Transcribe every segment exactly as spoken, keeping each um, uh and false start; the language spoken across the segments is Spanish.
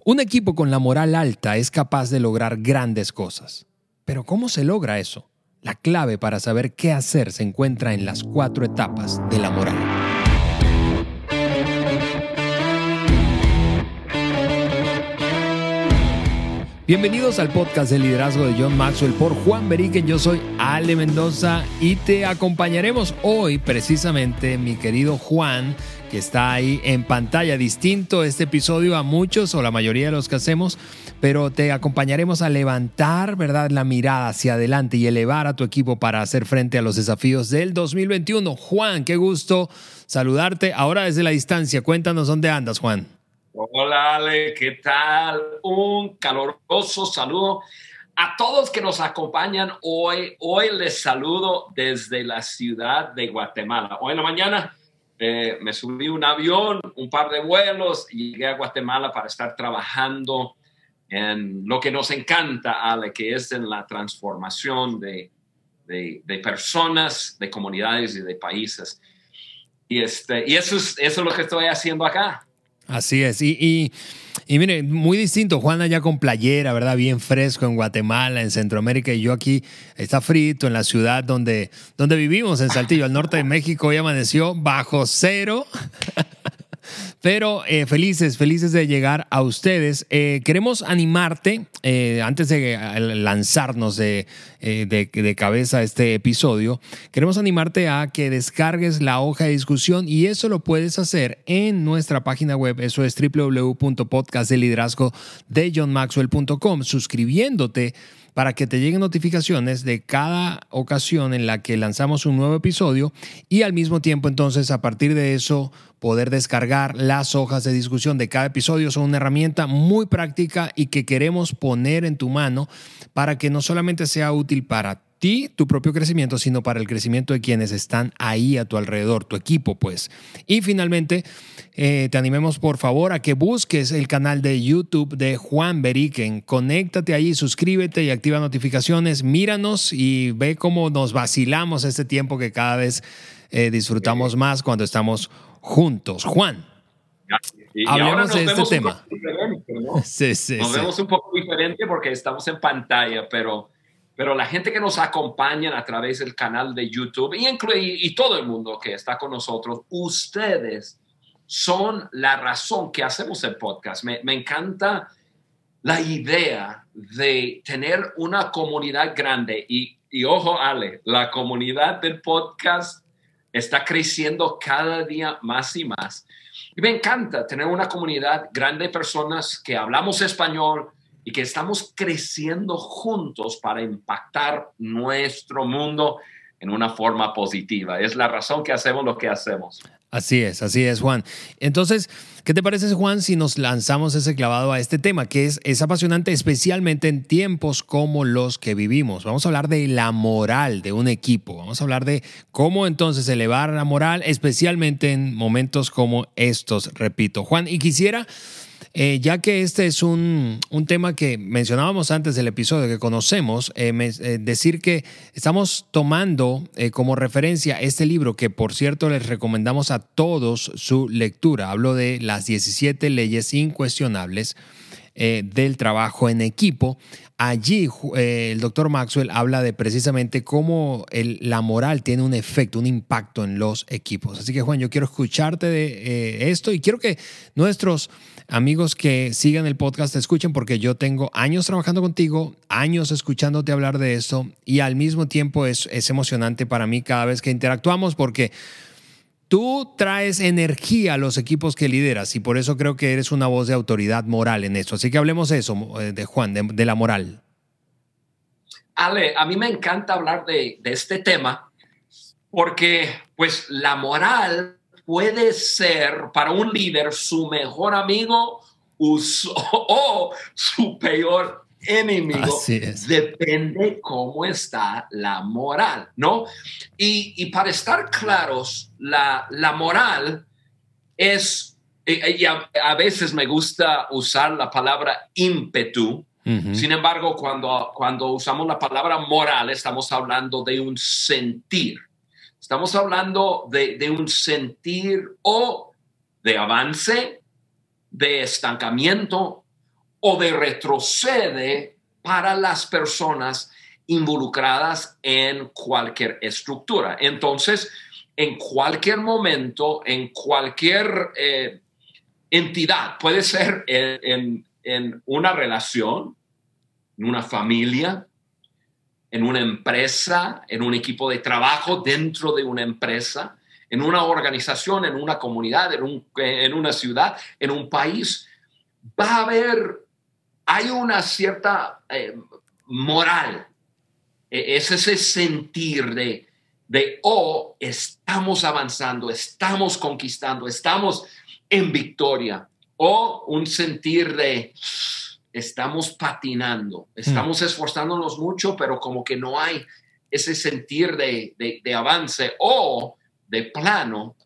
Un equipo con la moral alta es capaz de lograr grandes cosas. Pero ¿cómo se logra eso? La clave para saber qué hacer se encuentra en las cuatro etapas de la moral. Bienvenidos al podcast de liderazgo de John Maxwell por Juan Beriken. Yo soy Ale Mendoza y te acompañaremos hoy precisamente, mi querido Juan, que está ahí en pantalla. Distinto este episodio a muchos o la mayoría de los que hacemos, pero te acompañaremos a levantar, ¿verdad?, la mirada hacia adelante y elevar a tu equipo para hacer frente a los desafíos del dos mil veintiuno. Juan, qué gusto saludarte ahora desde la distancia. Cuéntanos dónde andas, Juan. Hola, Ale, ¿qué tal? Un caluroso saludo a todos que nos acompañan hoy. Hoy les saludo desde la ciudad de Guatemala. Hoy en la mañana eh, me subí un avión, un par de vuelos y llegué a Guatemala para estar trabajando en lo que nos encanta, Ale, que es en la transformación de, de, de personas, de comunidades y de países. Y, este, y eso, es, eso es lo que estoy haciendo acá. Así es, y, y, y mire, muy distinto, Juan allá con playera, ¿verdad? Bien fresco en Guatemala, en Centroamérica, y yo aquí está frito en la ciudad donde, donde vivimos, en Saltillo, al norte de México. Hoy amaneció bajo cero, pero eh, felices, felices de llegar a ustedes. Eh, queremos animarte, eh, antes de lanzarnos de, eh, de, de cabeza a este episodio, queremos animarte a que descargues la hoja de discusión, y eso lo puedes hacer en nuestra página web. Eso es doble u doble u doble u punto podcast de liderazgo de john maxwell punto com, suscribiéndote para que te lleguen notificaciones de cada ocasión en la que lanzamos un nuevo episodio, y al mismo tiempo entonces a partir de eso poder descargar las hojas de discusión de cada episodio. Son una herramienta muy práctica y que queremos poner en tu mano para que no solamente sea útil para ti, tu propio crecimiento, sino para el crecimiento de quienes están ahí a tu alrededor, tu equipo, pues. Y finalmente, eh, te animemos por favor a que busques el canal de YouTube de Juan Beriken. Conéctate ahí, suscríbete y activa notificaciones. Míranos y ve cómo nos vacilamos este tiempo que cada vez eh, disfrutamos más cuando estamos juntos. Juan, y, hablemos y de este tema. ¿No? Sí, sí, nos sí. vemos un poco diferente porque estamos en pantalla, pero... Pero la gente que nos acompaña a través del canal de YouTube y, y, y todo el mundo que está con nosotros, ustedes son la razón que hacemos el podcast. Me, me encanta la idea de tener una comunidad grande. Y, y ojo, Ale, la comunidad del podcast está creciendo cada día más y más. Y me encanta tener una comunidad grande de personas que hablamos español y que estamos creciendo juntos para impactar nuestro mundo en una forma positiva. Es la razón que hacemos lo que hacemos. Así es, así es, Juan. Entonces, ¿qué te parece, Juan, si nos lanzamos ese clavado a este tema que es, es apasionante, especialmente en tiempos como los que vivimos? Vamos a hablar de la moral de un equipo. Vamos a hablar de cómo entonces elevar la moral, especialmente en momentos como estos, repito. Juan, y quisiera... Eh, ya que este es un, un tema que mencionábamos antes del episodio, que conocemos, eh, me, eh, decir que estamos tomando eh, como referencia este libro, que por cierto les recomendamos a todos su lectura. Hablo de las diecisiete leyes incuestionables eh, del trabajo en equipo. Allí eh, el doctor Maxwell habla de precisamente cómo el, la moral tiene un efecto, un impacto en los equipos. Así que, Juan, yo quiero escucharte de eh, esto, y quiero que nuestros amigos que sigan el podcast te escuchen, porque yo tengo años trabajando contigo, años escuchándote hablar de esto, y al mismo tiempo es, es emocionante para mí cada vez que interactuamos, porque tú traes energía a los equipos que lideras, y por eso creo que eres una voz de autoridad moral en esto. Así que hablemos de eso, de Juan, de, de la moral. Ale, a mí me encanta hablar de, de este tema porque pues la moral puede ser para un líder su mejor amigo o su, o su peor enemigo. Así es. Depende cómo está la moral, ¿no? Y, y para estar claros, la, la moral es, y, y a, a veces me gusta usar la palabra ímpetu. Uh-huh. Sin embargo, cuando, cuando usamos la palabra moral, estamos hablando de un sentir. Estamos hablando de, de un sentir o de avance, de estancamiento o de retrocede para las personas involucradas en cualquier estructura. Entonces, en cualquier momento, en cualquier eh, entidad, puede ser en, en, en una relación, en una familia, en una empresa, en un equipo de trabajo dentro de una empresa, en una organización, en una comunidad, en, un, en una ciudad, en un país, va a haber, hay una cierta eh, moral. Es ese sentir de, de, oh, estamos avanzando, estamos conquistando, estamos en victoria. O un sentir de, estamos patinando, estamos mm. esforzándonos mucho, pero como que no hay ese sentir de, de, de avance. O de plano,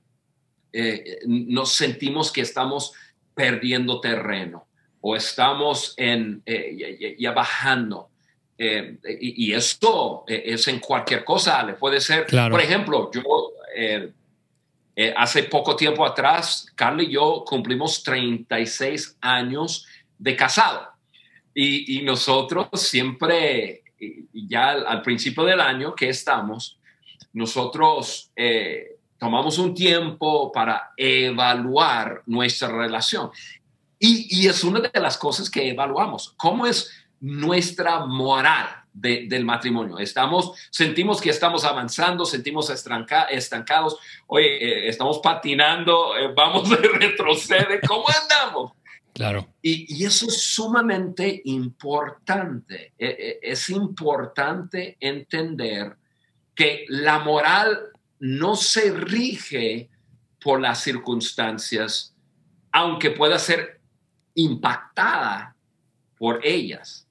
eh, nos sentimos que estamos perdiendo terreno o estamos en, eh, ya, ya bajando. Eh, y, y esto es en cualquier cosa, le puede ser, claro. Por ejemplo, yo eh, eh, hace poco tiempo atrás, Carla y yo cumplimos treinta y seis años de casado y, y nosotros siempre, ya al, al principio del año que estamos, nosotros eh, tomamos un tiempo para evaluar nuestra relación y, y es una de las cosas que evaluamos, ¿cómo es nuestra moral de, del matrimonio? Estamos, sentimos que estamos avanzando, sentimos estranca, estancados, oye, eh, estamos patinando, eh, vamos de retroceder, ¿cómo andamos? Claro. Y, y eso es sumamente importante. Eh, eh, es importante entender que la moral no se rige por las circunstancias, aunque pueda ser impactada por ellas.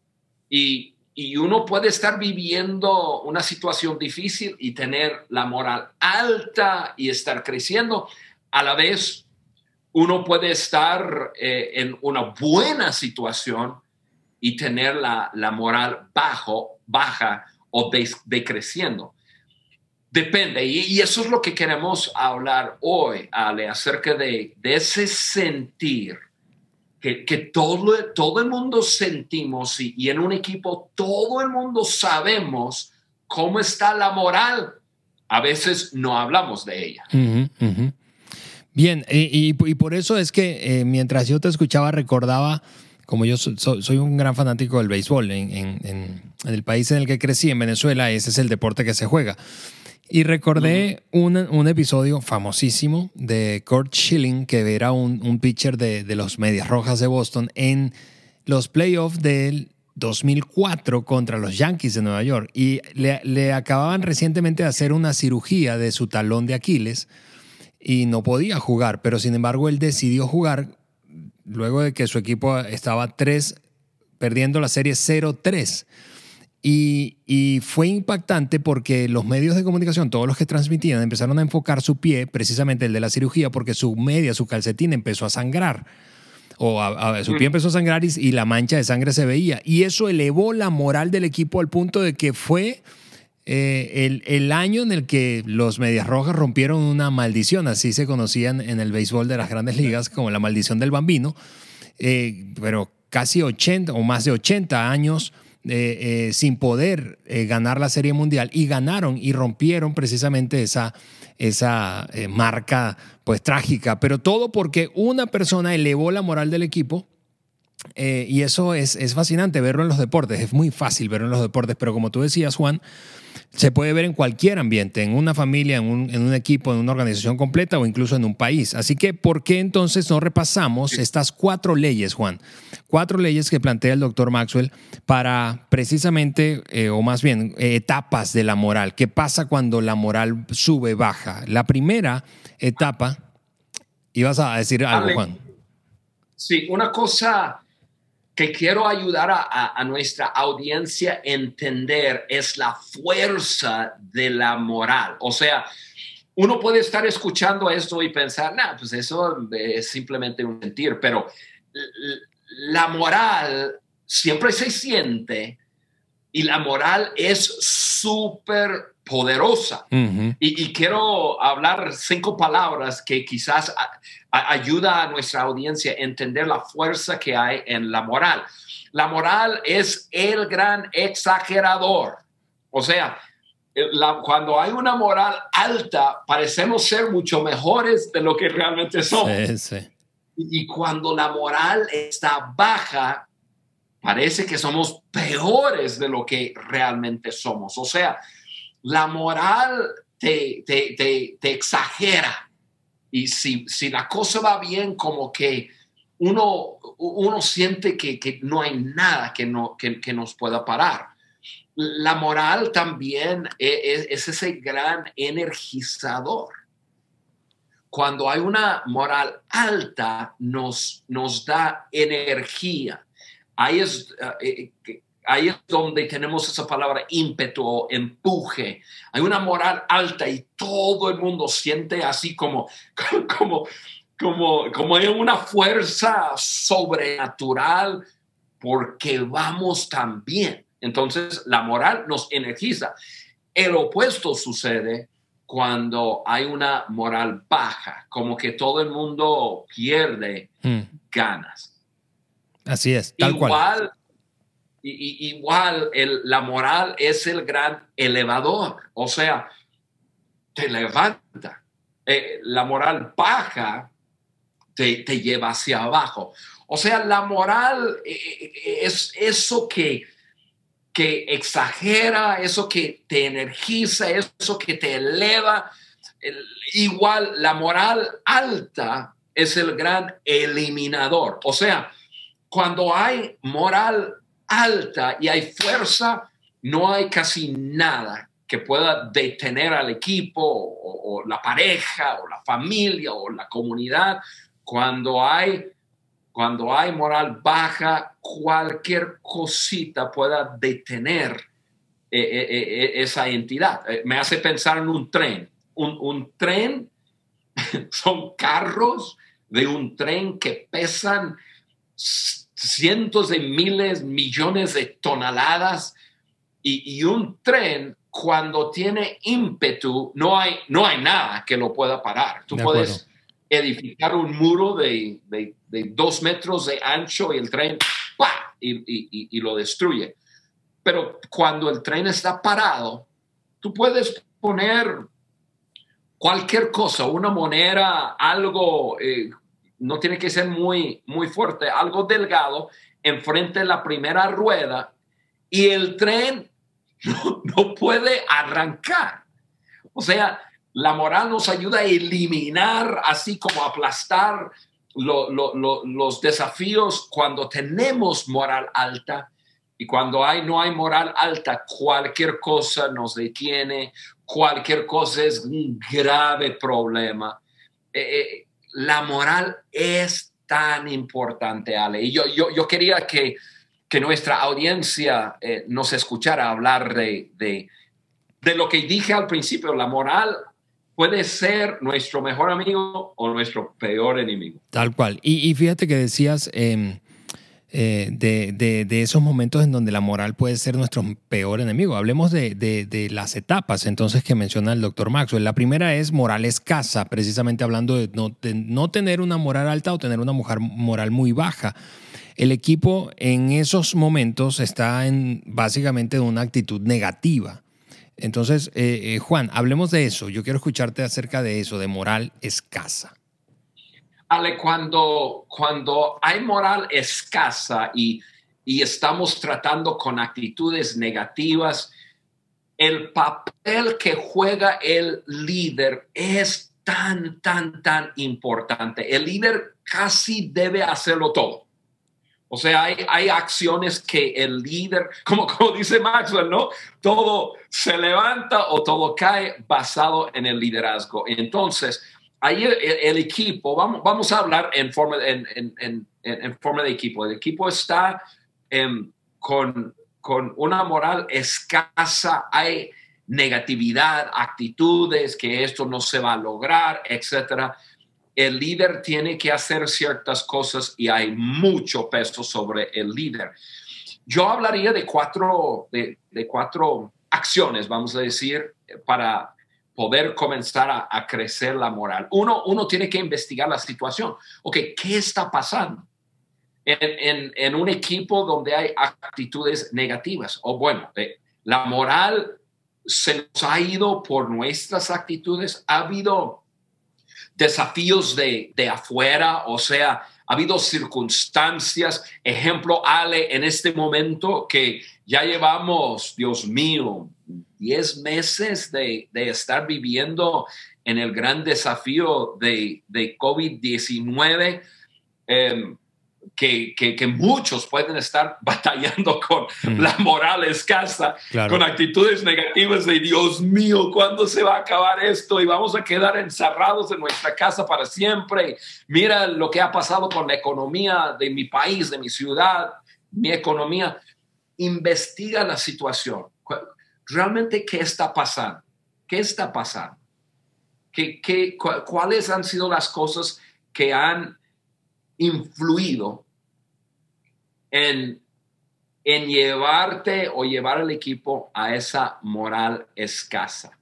Y, y uno puede estar viviendo una situación difícil y tener la moral alta y estar creciendo. A la vez, uno puede estar eh, en una buena situación y tener la, la moral bajo, baja o des, decreciendo. Depende. Y, y eso es lo que queremos hablar hoy, Ale, acerca de, de ese sentir Que, que todo, todo el mundo sentimos y, y en un equipo todo el mundo sabemos cómo está la moral. A veces no hablamos de ella. Uh-huh, uh-huh. Bien, y, y, y por eso es que eh, mientras yo te escuchaba recordaba, como yo so, so, soy un gran fanático del béisbol, en, en, en, en el país en el que crecí, en Venezuela, ese es el deporte que se juega. Y recordé uh-huh. un, un episodio famosísimo de Curt Schilling, que era un, un pitcher de, de los Medias Rojas de Boston en los playoffs del dos mil cuatro contra los Yankees de Nueva York. Y le, le acababan recientemente de hacer una cirugía de su talón de Aquiles y no podía jugar, pero sin embargo él decidió jugar luego de que su equipo estaba tres, perdiendo la serie cero tres. Y, y fue impactante porque los medios de comunicación, todos los que transmitían, empezaron a enfocar su pie, precisamente el de la cirugía, porque su media, su calcetín empezó a sangrar. O a, a, su pie empezó a sangrar y, y la mancha de sangre se veía. Y eso elevó la moral del equipo al punto de que fue eh, el, el año en el que los Medias Rojas rompieron una maldición. Así se conocían en el béisbol de las grandes ligas como la maldición del bambino. Eh, pero casi ochenta o más de ochenta años Eh, eh, sin poder eh, ganar la Serie Mundial, y ganaron y rompieron precisamente esa, esa eh, marca pues trágica, pero todo porque una persona elevó la moral del equipo. Eh, y eso es, es fascinante verlo en los deportes, es muy fácil verlo en los deportes, pero como tú decías, Juan, se puede ver en cualquier ambiente, en una familia, en un, en un equipo, en una organización completa o incluso en un país. Así que, ¿por qué entonces no repasamos estas cuatro leyes, Juan? Cuatro leyes que plantea el doctor Maxwell para precisamente, eh, o más bien, eh, etapas de la moral. ¿Qué pasa cuando la moral sube, baja? La primera etapa, ibas a decir algo, Juan. Sí, una cosa que quiero ayudar a, a, a nuestra audiencia a entender es la fuerza de la moral. O sea, uno puede estar escuchando esto y pensar, nah, pues eso es simplemente un sentir, pero la moral siempre se siente y la moral es súper poderosa. Uh-huh. Y, y quiero hablar cinco palabras que quizás a, a, ayuda a nuestra audiencia a entender la fuerza que hay en la moral. La moral es el gran exagerador. O sea, la, cuando hay una moral alta, parecemos ser mucho mejores de lo que realmente somos. Sí, sí. Y, y cuando la moral está baja, parece que somos peores de lo que realmente somos. O sea, la moral te, te, te, te exagera. Y si, si la cosa va bien, como que uno, uno siente que, que no hay nada que, no, que, que nos pueda parar. La moral también es, es ese gran energizador. Cuando hay una moral alta, nos, nos da energía. Ahí es, eh, ahí es donde tenemos esa palabra ímpetu o empuje. Hay una moral alta y todo el mundo siente así como, como, como, como hay una fuerza sobrenatural porque vamos tan bien. Entonces, la moral nos energiza. El opuesto sucede cuando hay una moral baja, como que todo el mundo pierde hmm. ganas. Así es, tal igual, cual. Y, y, igual el, la moral es el gran elevador, o sea, te levanta. Eh, la moral baja te, te lleva hacia abajo. O sea, la moral eh, es eso que, que exagera, eso que te energiza, eso que te eleva. El, igual la moral alta es el gran eliminador. O sea, cuando hay moral alta y hay fuerza, no hay casi nada que pueda detener al equipo o, o la pareja o la familia o la comunidad. Cuando hay, cuando hay moral baja, cualquier cosita pueda detener eh, eh, eh, esa entidad. Eh, me hace pensar en un tren. Un, un tren son carros de un tren que pesan cientos de miles, millones de toneladas y, y un tren cuando tiene ímpetu no hay, no hay nada que lo pueda parar. Tú puedes edificar un muro de, de, de dos metros de ancho y el tren ¡pah! Y, y, y lo destruye. Pero cuando el tren está parado, tú puedes poner cualquier cosa, una moneda, algo... Eh, no tiene que ser muy, muy fuerte, algo delgado, enfrente de la primera rueda y el tren no, no puede arrancar. O sea, la moral nos ayuda a eliminar, así como aplastar lo, lo, lo, los desafíos cuando tenemos moral alta. Y cuando hay, no hay moral alta, cualquier cosa nos detiene, cualquier cosa es un grave problema. Eh, eh, La moral es tan importante, Ale. Y yo, yo, yo quería que, que nuestra audiencia eh, nos escuchara hablar de, de, de lo que dije al principio. La moral puede ser nuestro mejor amigo o nuestro peor enemigo. Tal cual. Y, y fíjate que decías eh, eh, de, de, de esos momentos en donde la moral puede ser nuestro peor enemigo. Hablemos de, de, de las etapas entonces que menciona el doctor Maxwell. La primera es moral escasa, precisamente hablando de no, de no tener una moral alta o tener una mujer moral muy baja. El equipo en esos momentos está en básicamente en una actitud negativa. Entonces, eh, eh, Juan, hablemos de eso. Yo quiero escucharte acerca de eso, de moral escasa. Ale, cuando, cuando hay moral escasa y, y estamos tratando con actitudes negativas, el papel que juega el líder es tan, tan, tan importante. El líder casi debe hacerlo todo. O sea, hay, hay acciones que el líder, como, como dice Maxwell, ¿no? Todo se levanta o todo cae basado en el liderazgo. Entonces, ahí el, el equipo, vamos, vamos a hablar en forma, en, en, en, en forma de equipo. El equipo está um, con, con una moral escasa, hay negatividad, actitudes, que esto no se va a lograr, etcétera. El líder tiene que hacer ciertas cosas y hay mucho peso sobre el líder. yo hablaría de cuatro, de, de cuatro acciones, vamos a decir, para poder comenzar a, a crecer la moral. Uno, uno tiene que investigar la situación. Ok, ¿qué está pasando en, en, en un equipo donde hay actitudes negativas? O bueno, eh, la moral se nos ha ido por nuestras actitudes. Ha habido desafíos de, de afuera, o sea, ha habido circunstancias. Ejemplo, Ale, en este momento que ya llevamos, Dios mío, diez meses de, de estar viviendo en el gran desafío de, de COVID diecinueve, eh, que, que, que muchos pueden estar batallando con mm. la moral escasa, claro. con actitudes negativas de Dios mío, ¿cuándo se va a acabar esto? Y vamos a quedar encerrados en nuestra casa para siempre. Mira lo que ha pasado con la economía de mi país, de mi ciudad, mi economía. Investiga la situación. ¿Realmente qué está pasando? ¿Qué está pasando? ¿Qué, qué, cu- ¿Cuáles han sido las cosas que han influido en, en llevarte o llevar al equipo a esa moral escasa?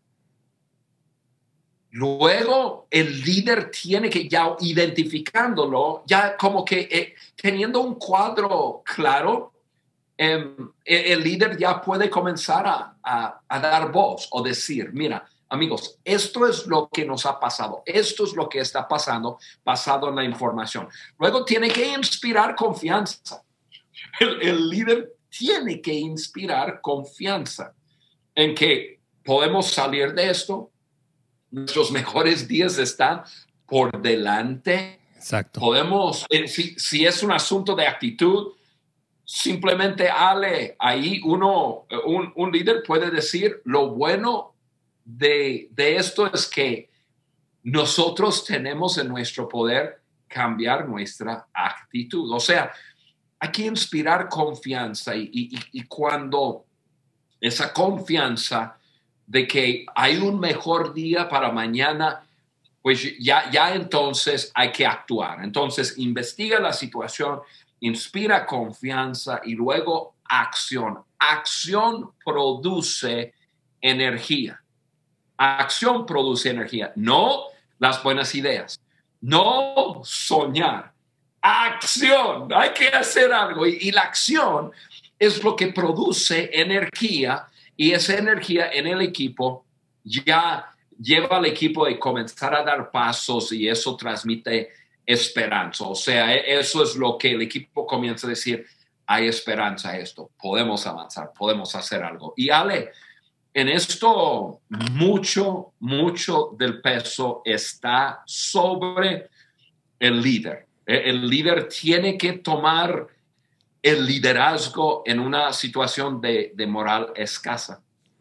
Luego, el líder tiene que, ya identificándolo, ya como que eh, teniendo un cuadro claro, eh, el líder ya puede comenzar a, a, a dar voz o decir, mira, amigos, esto es lo que nos ha pasado, esto es lo que está pasando basado en la información. Luego tiene que inspirar confianza. El, el líder tiene que inspirar confianza en que podemos salir de esto. Nuestros mejores días están por delante. Exacto. Podemos, eh, si, si es un asunto de actitud, simplemente Ale, ahí uno, un, un líder puede decir, lo bueno de, de esto es que nosotros tenemos en nuestro poder cambiar nuestra actitud. O sea, hay que inspirar confianza y, y, y cuando esa confianza de que hay un mejor día para mañana, pues ya, ya entonces hay que actuar. Entonces investiga la situación, inspira confianza y luego acción. Acción produce energía. Acción produce energía, no las buenas ideas, no soñar. Acción, hay que hacer algo y, y la acción es lo que produce energía y esa energía en el equipo ya lleva al equipo a comenzar a dar pasos y eso transmite esperanza. O sea, eso es lo que el equipo comienza a decir, hay esperanza a esto, podemos avanzar, podemos hacer algo. Y Ale, en esto mucho, mucho del peso está sobre el líder. El líder tiene que tomar el liderazgo en una situación de, de moral escasa.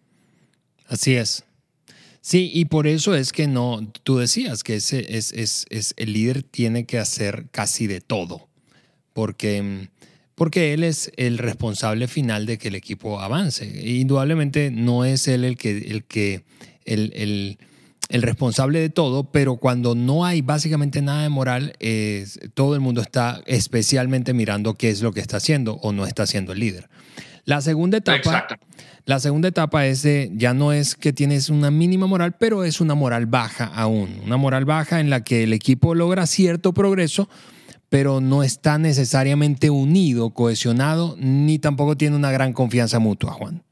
Así es. Sí, y por eso es que no, tú decías que ese es, es, es, el líder tiene que hacer casi de todo, porque, porque él es el responsable final de que el equipo avance. E indudablemente no es él el que, el, que el, el, el responsable de todo, pero cuando no hay básicamente nada de moral, eh, todo el mundo está especialmente mirando qué es lo que está haciendo o no está haciendo el líder. La segunda etapa... Exacto. La segunda etapa es de, ya no es que tienes una mínima moral, pero es una moral baja aún. Una moral baja en la que el equipo logra cierto progreso, pero no está necesariamente unido, cohesionado, ni tampoco tiene una gran confianza mutua, Juan.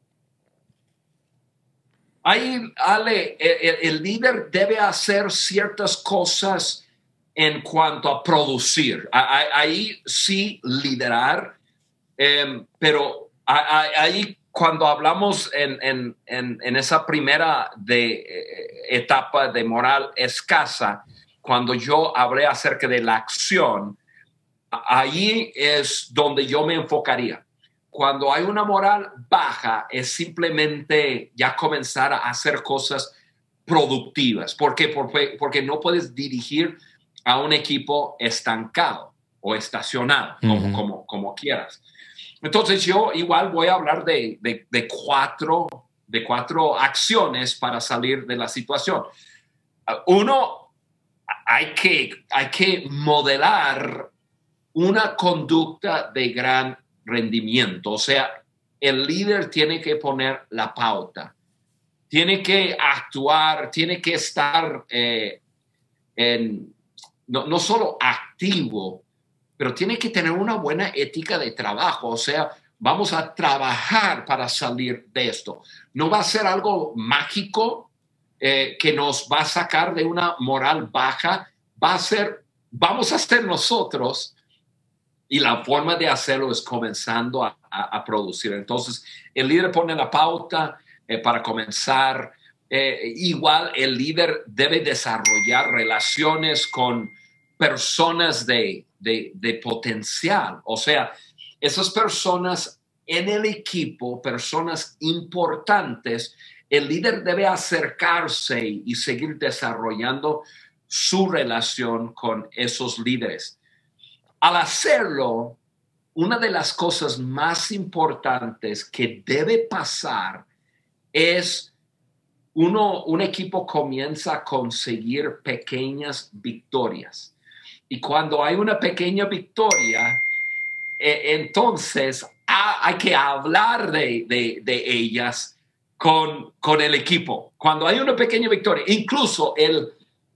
Ahí, Ale, el, el líder debe hacer ciertas cosas en cuanto a producir. Ahí sí liderar, eh, pero ahí... Cuando hablamos en, en, en, en esa primera de, eh, etapa de moral escasa, cuando yo hablé acerca de la acción, ahí es donde yo me enfocaría. Cuando hay una moral baja, es simplemente ya comenzar a hacer cosas productivas. ¿Por qué? Porque, porque no puedes dirigir a un equipo estancado o estacionado, uh-huh. como, como, como quieras. Entonces yo igual voy a hablar de, de, de, cuatro, de cuatro acciones para salir de la situación. Uno, hay que, hay que modelar una conducta de gran rendimiento. O sea, el líder tiene que poner la pauta, tiene que actuar, tiene que estar eh, en, no, no solo activo, pero tiene que tener una buena ética de trabajo. O sea, vamos a trabajar para salir de esto. No va a ser algo mágico eh, que nos va a sacar de una moral baja. Va a ser, vamos a ser nosotros, y la forma de hacerlo es comenzando a, a, a producir. Entonces, el líder pone la pauta eh, para comenzar. Eh, igual, el líder debe desarrollar relaciones con personas de, de, de potencial. O sea, esas personas en el equipo, personas importantes, el líder debe acercarse y seguir desarrollando su relación con esos líderes. Al hacerlo, una de las cosas más importantes que debe pasar es uno, un equipo comienza a conseguir pequeñas victorias. Y cuando hay una pequeña victoria, eh, entonces ha, hay que hablar de, de, de ellas con, con el equipo. Cuando hay una pequeña victoria, incluso el,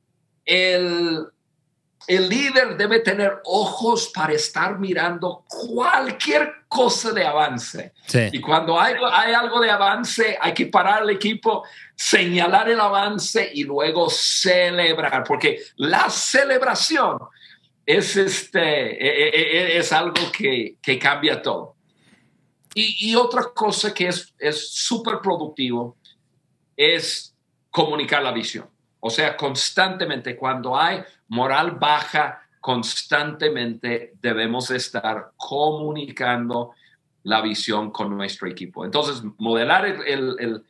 el, el líder debe tener ojos para estar mirando cualquier cosa de avance. Sí. Y cuando hay, hay algo de avance, hay que parar el equipo, señalar el avance y luego celebrar, porque la celebración es, este, es algo que, que cambia todo. Y, y otra cosa que es súper productivo es comunicar la visión. O sea, constantemente, cuando hay moral baja, constantemente debemos estar comunicando la visión con nuestro equipo. Entonces, modelar el, el, el,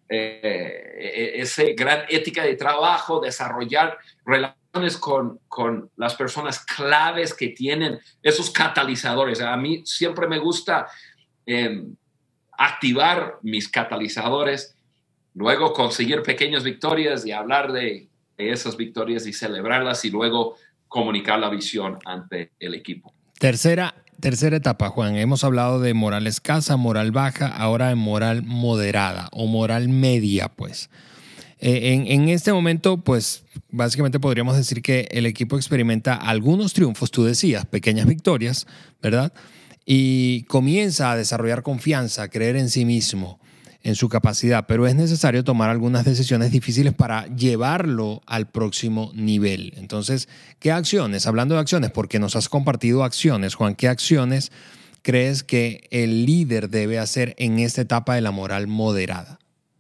eh, ese gran ética de trabajo, desarrollar relaciones con, con las personas claves que tienen esos catalizadores. A mí siempre me gusta eh, activar mis catalizadores, luego conseguir pequeñas victorias y hablar de, de esas victorias y celebrarlas y luego comunicar la visión ante el equipo. Tercera, tercera etapa, Juan. Hemos hablado de moral escasa, moral baja, ahora de moral moderada o moral media, pues. Eh, en, en este momento, pues, básicamente podríamos decir que el equipo experimenta algunos triunfos, tú decías, pequeñas victorias, ¿verdad? Y comienza a desarrollar confianza, creer en sí mismo, en su capacidad, pero es necesario tomar algunas decisiones difíciles para llevarlo al próximo nivel. Entonces, ¿qué acciones? Hablando de acciones, porque nos has compartido acciones, Juan, ¿qué acciones crees que el líder debe hacer en esta etapa de la moral moderada?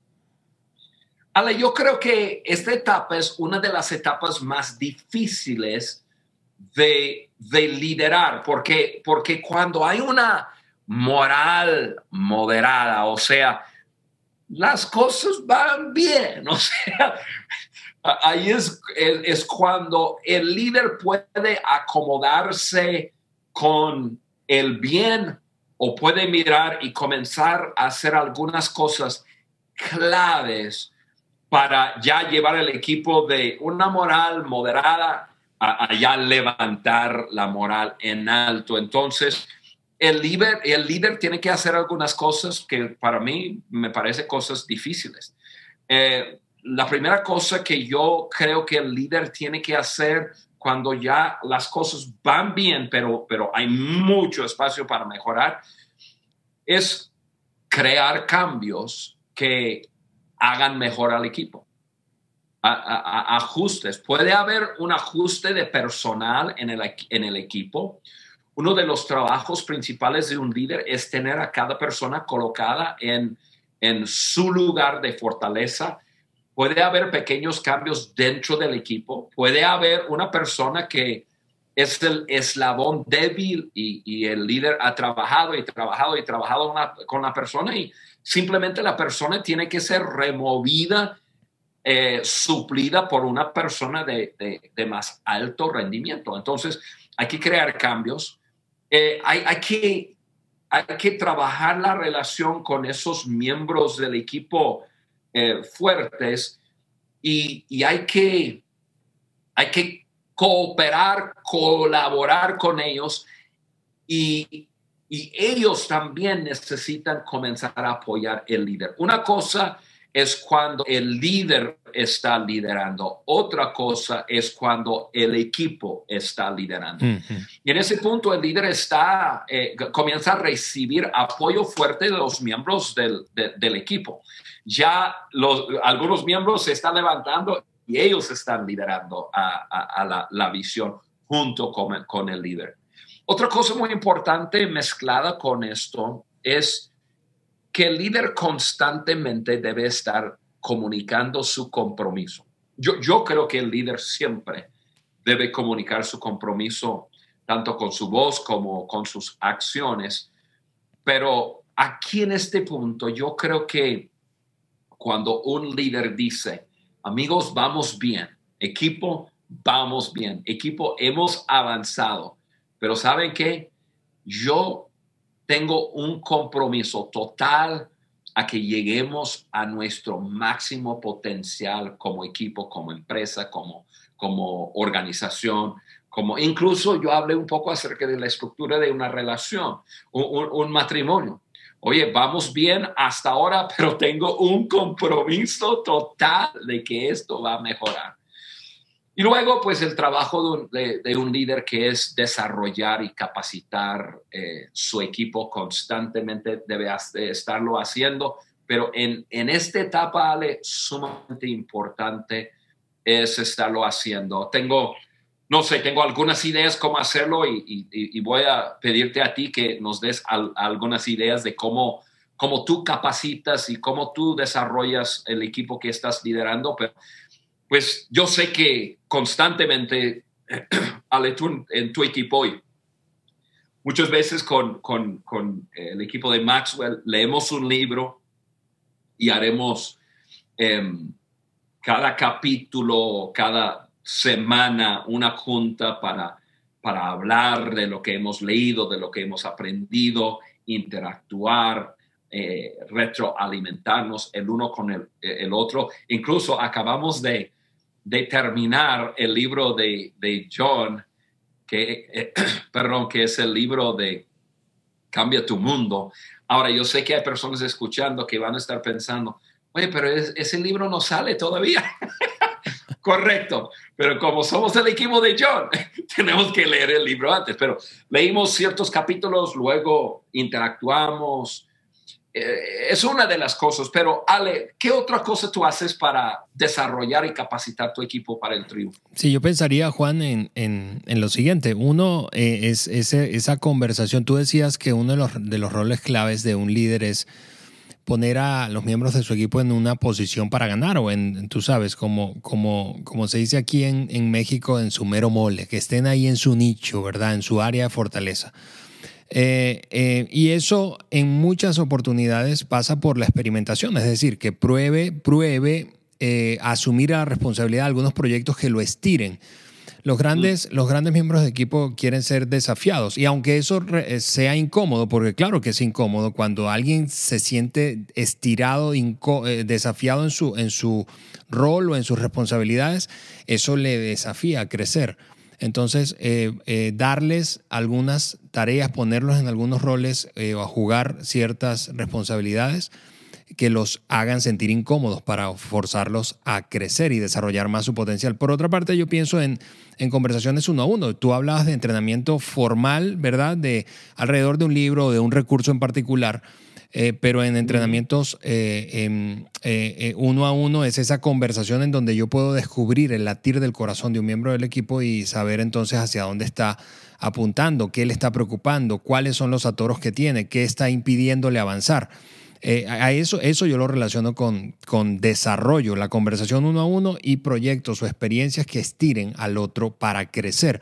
Ale, yo creo que esta etapa es una de las etapas más difíciles de, de liderar, porque, porque cuando hay una moral moderada, o sea, las cosas van bien, o sea, ahí es, es, es cuando el líder puede acomodarse con el bien o puede mirar y comenzar a hacer algunas cosas claves para ya llevar el equipo de una moral moderada a, a ya levantar la moral en alto. Entonces, El líder, el líder tiene que hacer algunas cosas que para mí me parecen cosas difíciles. Eh, la primera cosa que yo creo que el líder tiene que hacer cuando ya las cosas van bien, pero, pero hay mucho espacio para mejorar, es crear cambios que hagan mejor al equipo. A, a, a, ajustes. Puede haber un ajuste de personal en el, en el equipo. Uno de los trabajos principales de un líder es tener a cada persona colocada en, en su lugar de fortaleza. Puede haber pequeños cambios dentro del equipo. Puede haber una persona que es el eslabón débil y, y el líder ha trabajado y trabajado y trabajado con la, con la persona y simplemente la persona tiene que ser removida, eh, suplida por una persona de, de, de más alto rendimiento. Entonces, hay que crear cambios. Eh, hay, hay, que, hay que trabajar la relación con esos miembros del equipo eh, fuertes y, y hay, que, hay que cooperar, colaborar con ellos y, y ellos también necesitan comenzar a apoyar el líder. Una cosa es cuando el líder está liderando. Otra cosa es cuando el equipo está liderando. Uh-huh. Y en ese punto el líder está, eh, comienza a recibir apoyo fuerte de los miembros del, de, del equipo. Ya los, algunos miembros se están levantando y ellos están liderando a, a, a la, la visión junto con, con el líder. Otra cosa muy importante mezclada con esto es que el líder constantemente debe estar comunicando su compromiso. Yo, yo creo que el líder siempre debe comunicar su compromiso tanto con su voz como con sus acciones. Pero aquí en este punto yo creo que cuando un líder dice, amigos, vamos bien, equipo, vamos bien, equipo, hemos avanzado, pero ¿saben qué? Yo tengo un compromiso total a que lleguemos a nuestro máximo potencial como equipo, como empresa, como, como organización, como incluso yo hablé un poco acerca de la estructura de una relación, un, un, un matrimonio. Oye, vamos bien hasta ahora, pero tengo un compromiso total de que esto va a mejorar. Y luego, pues, el trabajo de un, de, de un líder que es desarrollar y capacitar eh, su equipo constantemente, debe estarlo haciendo. Pero en, en esta etapa, Ale, sumamente importante es estarlo haciendo. Tengo, no sé, tengo algunas ideas cómo hacerlo y, y, y voy a pedirte a ti que nos des al, algunas ideas de cómo, cómo tú capacitas y cómo tú desarrollas el equipo que estás liderando. Pero pues yo sé que constantemente, Ale, tú en tu equipo hoy, muchas veces con, con, con el equipo de Maxwell, leemos un libro y haremos eh, cada capítulo, cada semana una junta para, para hablar de lo que hemos leído, de lo que hemos aprendido, interactuar, eh, retroalimentarnos el uno con el, el otro. Incluso acabamos de de terminar el libro de, de John, que, eh, perdón, que es el libro de Cambia tu Mundo. Ahora, yo sé que hay personas escuchando que van a estar pensando, oye, pero es, ese libro no sale todavía. Correcto, pero como somos el equipo de John, tenemos que leer el libro antes. Pero leímos ciertos capítulos, luego interactuamos. Eh, es una de las cosas, pero Ale, ¿qué otra cosa tú haces para desarrollar y capacitar tu equipo para el triunfo? Sí, yo pensaría, Juan, en, en, en lo siguiente. Uno, eh, es ese, esa conversación. Tú decías que uno de los, de los roles claves de un líder es poner a los miembros de su equipo en una posición para ganar o en, tú sabes, como, como, como se dice aquí en, en México, en su mero mole, que estén ahí en su nicho, ¿verdad? En su área de fortaleza. Eh, eh, y eso en muchas oportunidades pasa por la experimentación, es decir, que pruebe, pruebe eh, asumir la responsabilidad de algunos proyectos que lo estiren. Los grandes, los grandes miembros de equipo quieren ser desafiados y aunque eso re, sea incómodo, porque claro que es incómodo cuando alguien se siente estirado, inco, eh, desafiado en su, en su rol o en sus responsabilidades, eso le desafía a crecer. Entonces, eh, eh, darles algunas tareas, ponerlos en algunos roles eh, o a jugar ciertas responsabilidades que los hagan sentir incómodos para forzarlos a crecer y desarrollar más su potencial. Por otra parte, yo pienso en, en conversaciones uno a uno. Tú hablabas de entrenamiento formal, ¿verdad? De alrededor de un libro o de un recurso en particular. Eh, pero en entrenamientos eh, eh, eh, uno a uno es esa conversación en donde yo puedo descubrir el latir del corazón de un miembro del equipo y saber entonces hacia dónde está apuntando, qué le está preocupando, cuáles son los atoros que tiene, qué está impidiéndole avanzar. Eh, a eso, eso yo lo relaciono con, con desarrollo, la conversación uno a uno y proyectos o experiencias que estiren al otro para crecer.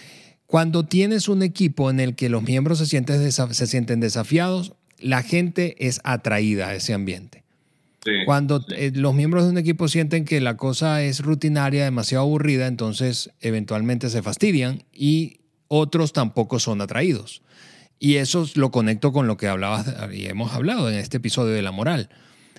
Cuando tienes un equipo en el que los miembros se sienten, desaf- se sienten desafiados, la gente es atraída a ese ambiente. Sí, Cuando sí. Eh, los miembros de un equipo sienten que la cosa es rutinaria, demasiado aburrida, entonces eventualmente se fastidian y otros tampoco son atraídos. Y eso lo conecto con lo que hablabas y hemos hablado en este episodio de la moral.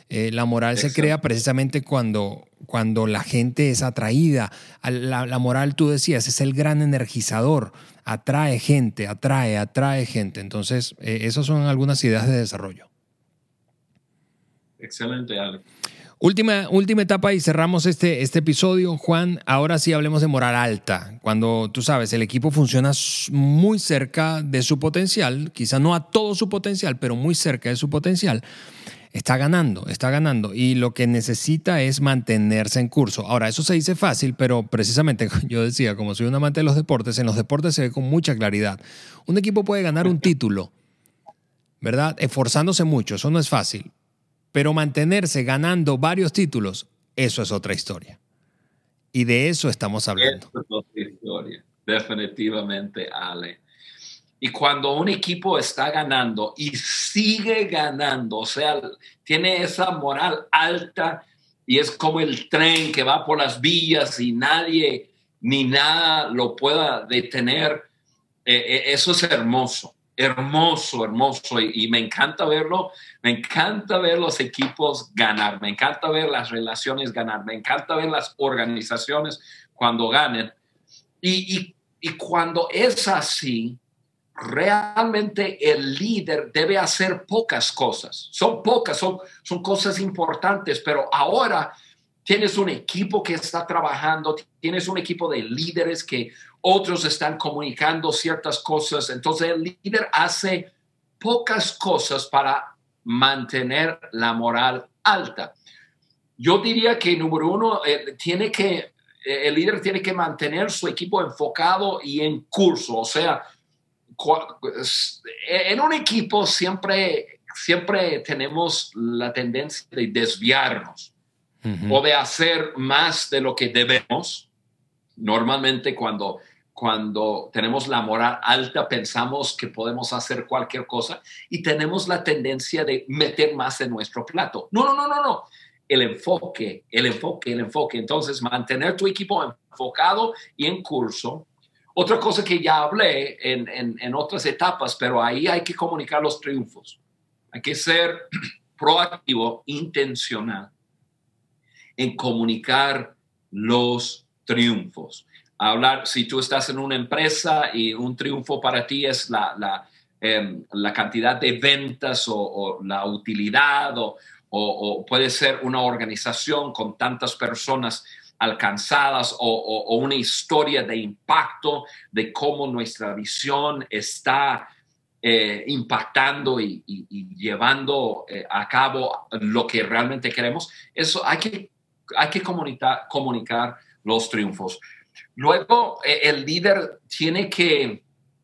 Eh, la moral Exacto. se crea precisamente cuando, cuando la gente es atraída. La, la moral, tú decías, es el gran energizador. Atrae gente, atrae, atrae gente. Entonces, eh, esas son algunas ideas de desarrollo. Excelente, Ale. Última, última etapa y cerramos este, este episodio. Juan, ahora sí hablemos de moral alta. Cuando, tú sabes, el equipo funciona muy cerca de su potencial, quizá no a todo su potencial, pero muy cerca de su potencial, está ganando, está ganando. Y lo que necesita es mantenerse en curso. Ahora, eso se dice fácil, pero precisamente, yo decía, como soy un amante de los deportes, en los deportes se ve con mucha claridad. Un equipo puede ganar un título, ¿verdad? Esforzándose mucho, eso no es fácil. Pero mantenerse ganando varios títulos, eso es otra historia. Y de eso estamos hablando. Eso es otra historia, definitivamente, Ale. Y cuando un equipo está ganando y sigue ganando, o sea, tiene esa moral alta y es como el tren que va por las vías y nadie ni nada lo pueda detener, eh, eso es hermoso. Hermoso, hermoso, y, y me encanta verlo, me encanta ver los equipos ganar, me encanta ver las relaciones ganar, me encanta ver las organizaciones cuando ganen. Y, y, y cuando es así, realmente el líder debe hacer pocas cosas. Son pocas, son, son cosas importantes, pero ahora tienes un equipo que está trabajando, tienes un equipo de líderes que otros están comunicando ciertas cosas. Entonces el líder hace pocas cosas para mantener la moral alta. Yo diría que, número uno, eh, tiene que, eh, el líder tiene que mantener su equipo enfocado y en curso. O sea, en un equipo siempre, siempre tenemos la tendencia de desviarnos. Uh-huh. O de hacer más de lo que debemos. Normalmente cuando, cuando tenemos la moral alta pensamos que podemos hacer cualquier cosa y tenemos la tendencia de meter más en nuestro plato. No, no, no, no, no. El enfoque, el enfoque, el enfoque. Entonces, mantener tu equipo enfocado y en curso. Otra cosa que ya hablé en, en, en otras etapas, pero ahí hay que comunicar los triunfos. Hay que ser proactivo, intencional en comunicar los triunfos. Hablar, si tú estás en una empresa y un triunfo para ti es la, la, eh, la cantidad de ventas o, o la utilidad o, o, o puede ser una organización con tantas personas alcanzadas o, o, o una historia de impacto de cómo nuestra visión está eh, impactando y, y, y llevando eh, a cabo lo que realmente queremos. Eso hay que Hay que comunicar, comunicar los triunfos. Luego, eh, el líder tiene que,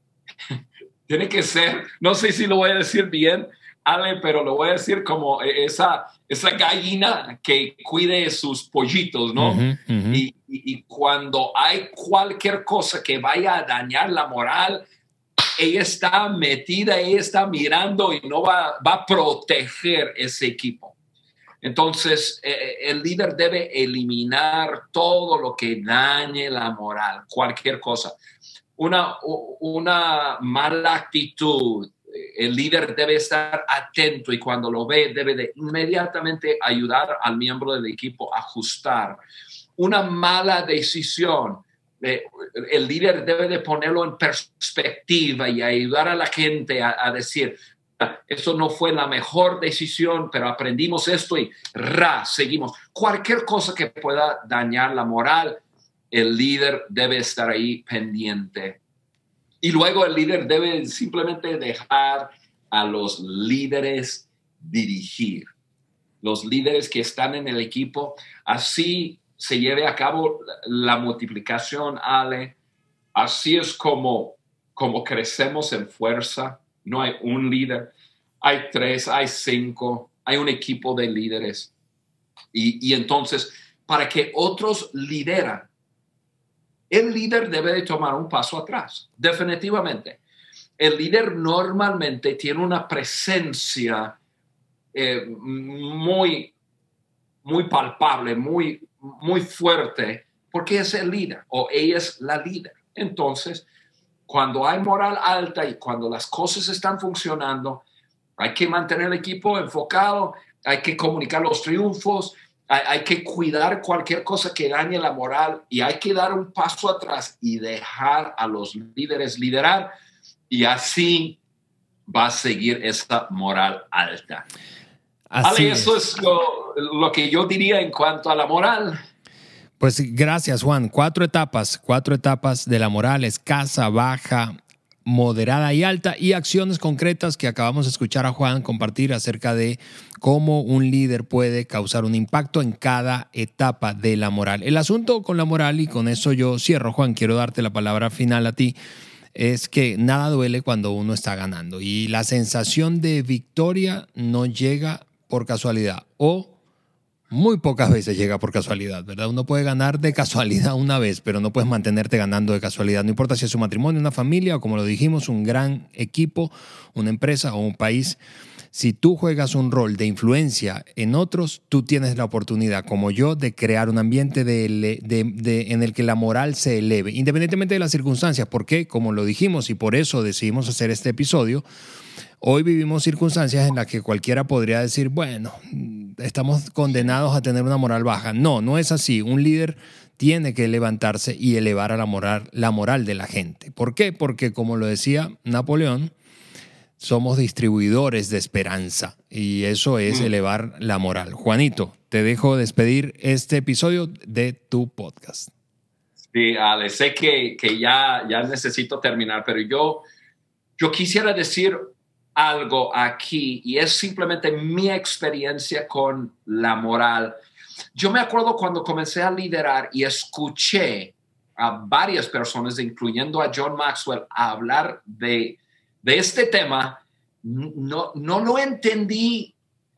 tiene que ser, no sé si lo voy a decir bien, Ale, pero lo voy a decir como esa, esa gallina que cuide sus pollitos, ¿no? Uh-huh, uh-huh. Y, y, y cuando hay cualquier cosa que vaya a dañar la moral, ella está metida, ella está mirando y no va, va a proteger ese equipo. Entonces, eh, el líder debe eliminar todo lo que dañe la moral, cualquier cosa. Una, una mala actitud, el líder debe estar atento y cuando lo ve debe de inmediatamente ayudar al miembro del equipo a ajustar. Una mala decisión, eh, el líder debe de ponerlo en perspectiva y ayudar a la gente a, a decir, eso no fue la mejor decisión, pero aprendimos esto y ra, seguimos. Cualquier cosa que pueda dañar la moral, el líder debe estar ahí pendiente. Y luego el líder debe simplemente dejar a los líderes dirigir. Los líderes que están en el equipo, así se lleve a cabo la multiplicación, Ale. Así es como, como crecemos en fuerza. No hay un líder, hay tres, hay cinco, hay un equipo de líderes. Y, y entonces, para que otros lideran, el líder debe de tomar un paso atrás, definitivamente. El líder normalmente tiene una presencia eh, muy, muy palpable, muy, muy fuerte, porque es el líder o ella es la líder. Entonces, cuando hay moral alta y cuando las cosas están funcionando, hay que mantener el equipo enfocado, hay que comunicar los triunfos, hay, hay que cuidar cualquier cosa que dañe la moral y hay que dar un paso atrás y dejar a los líderes liderar y así va a seguir esa moral alta. Así Ale, eso es, es lo, lo que yo diría en cuanto a la moral. Pues gracias, Juan. Cuatro etapas, cuatro etapas de la moral: escasa, baja, moderada y alta, y acciones concretas que acabamos de escuchar a Juan compartir acerca de cómo un líder puede causar un impacto en cada etapa de la moral. El asunto con la moral, y con eso yo cierro, Juan, quiero darte la palabra final a ti, es que nada duele cuando uno está ganando y la sensación de victoria no llega por casualidad o muy pocas veces llega por casualidad, ¿verdad? Uno puede ganar de casualidad una vez, pero no puedes mantenerte ganando de casualidad. No importa si es un matrimonio, una familia o, como lo dijimos, un gran equipo, una empresa o un país. Si tú juegas un rol de influencia en otros, tú tienes la oportunidad, como yo, de crear un ambiente de, de, de, en el que la moral se eleve, independientemente de las circunstancias. Porque, como lo dijimos, y por eso decidimos hacer este episodio, hoy vivimos circunstancias en las que cualquiera podría decir, bueno, estamos condenados a tener una moral baja. No, no es así. Un líder tiene que levantarse y elevar a la moral, la moral de la gente. ¿Por qué? Porque, como lo decía Napoleón, somos distribuidores de esperanza y eso es mm. elevar la moral. Juanito, te dejo despedir este episodio de tu podcast. Sí, Ale, sé que, que ya, ya necesito terminar, pero yo, yo quisiera decir algo aquí y es simplemente mi experiencia con la moral. Yo me acuerdo cuando comencé a liderar y escuché a varias personas, incluyendo a John Maxwell, a hablar de, de este tema. No, no lo entendí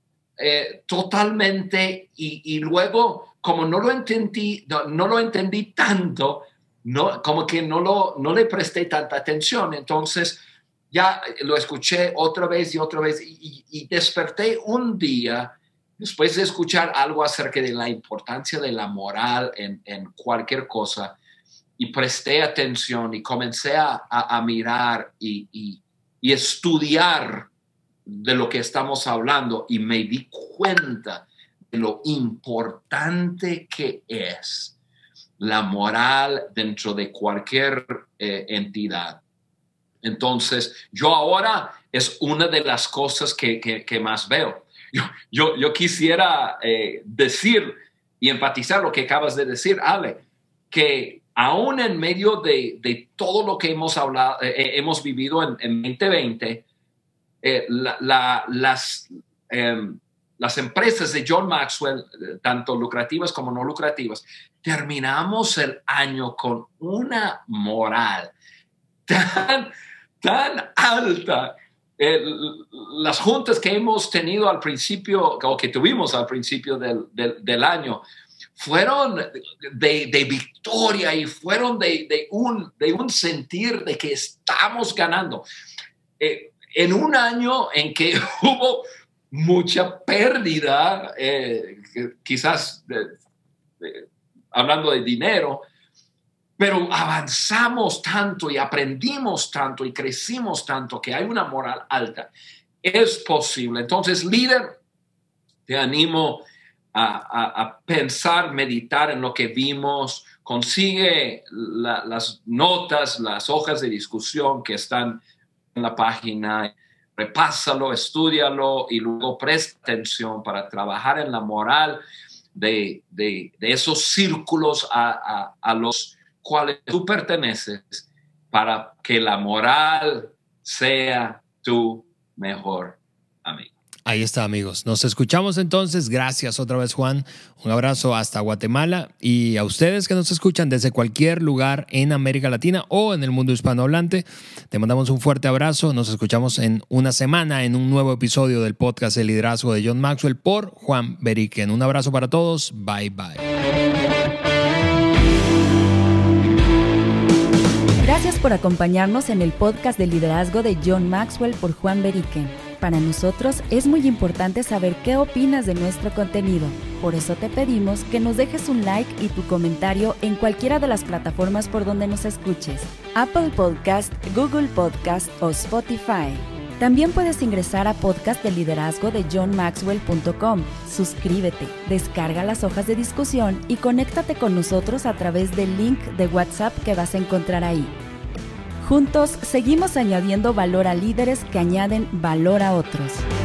eh, totalmente y, y luego, como no lo entendí, no, no lo entendí tanto, no, como que no, lo, no le presté tanta atención. Entonces, ya lo escuché otra vez y otra vez y, y desperté un día después de escuchar algo acerca de la importancia de la moral en, en cualquier cosa y presté atención y comencé a, a, a mirar y, y, y estudiar de lo que estamos hablando y me di cuenta de lo importante que es la moral dentro de cualquier eh, entidad. Entonces, yo ahora es una de las cosas que, que, que más veo. Yo, yo, yo quisiera eh, decir y enfatizar lo que acabas de decir, Ale, que aún en medio de, de todo lo que hemos, hablado, eh, hemos vivido en, en veinte veinte, eh, la, la, las, eh, las empresas de John Maxwell, tanto lucrativas como no lucrativas, terminamos el año con una moral tan... tan alta. Eh, las juntas que hemos tenido al principio, o que tuvimos al principio del, del, del año, fueron de, de victoria y fueron de, de, un, de un sentir de que estamos ganando. Eh, en un año en que hubo mucha pérdida, eh, quizás de, de, hablando de dinero, pero avanzamos tanto y aprendimos tanto y crecimos tanto que hay una moral alta. Es posible. Entonces, líder, te animo a, a, a pensar, meditar en lo que vimos. Consigue la, las notas, las hojas de discusión que están en la página. Repásalo, estúdialo y luego presta atención para trabajar en la moral de, de, de esos círculos a, a, a los cuales tú perteneces para que la moral sea tu mejor amigo. Ahí está, amigos. Nos escuchamos entonces. Gracias otra vez, Juan. Un abrazo hasta Guatemala y a ustedes que nos escuchan desde cualquier lugar en América Latina o en el mundo hispanohablante. Te mandamos un fuerte abrazo. Nos escuchamos en una semana en un nuevo episodio del podcast El Liderazgo de John Maxwell por Juan Beriken. Un abrazo para todos. Bye, bye. Gracias por acompañarnos en el podcast de liderazgo de John Maxwell por Juan Beriken. Para nosotros es muy importante saber qué opinas de nuestro contenido. Por eso te pedimos que nos dejes un like y tu comentario en cualquiera de las plataformas por donde nos escuches. Apple Podcast, Google Podcast o Spotify. También puedes ingresar a podcast de liderazgo de john maxwell punto com. Suscríbete, descarga las hojas de discusión y conéctate con nosotros a través del link de WhatsApp que vas a encontrar ahí. Juntos seguimos añadiendo valor a líderes que añaden valor a otros.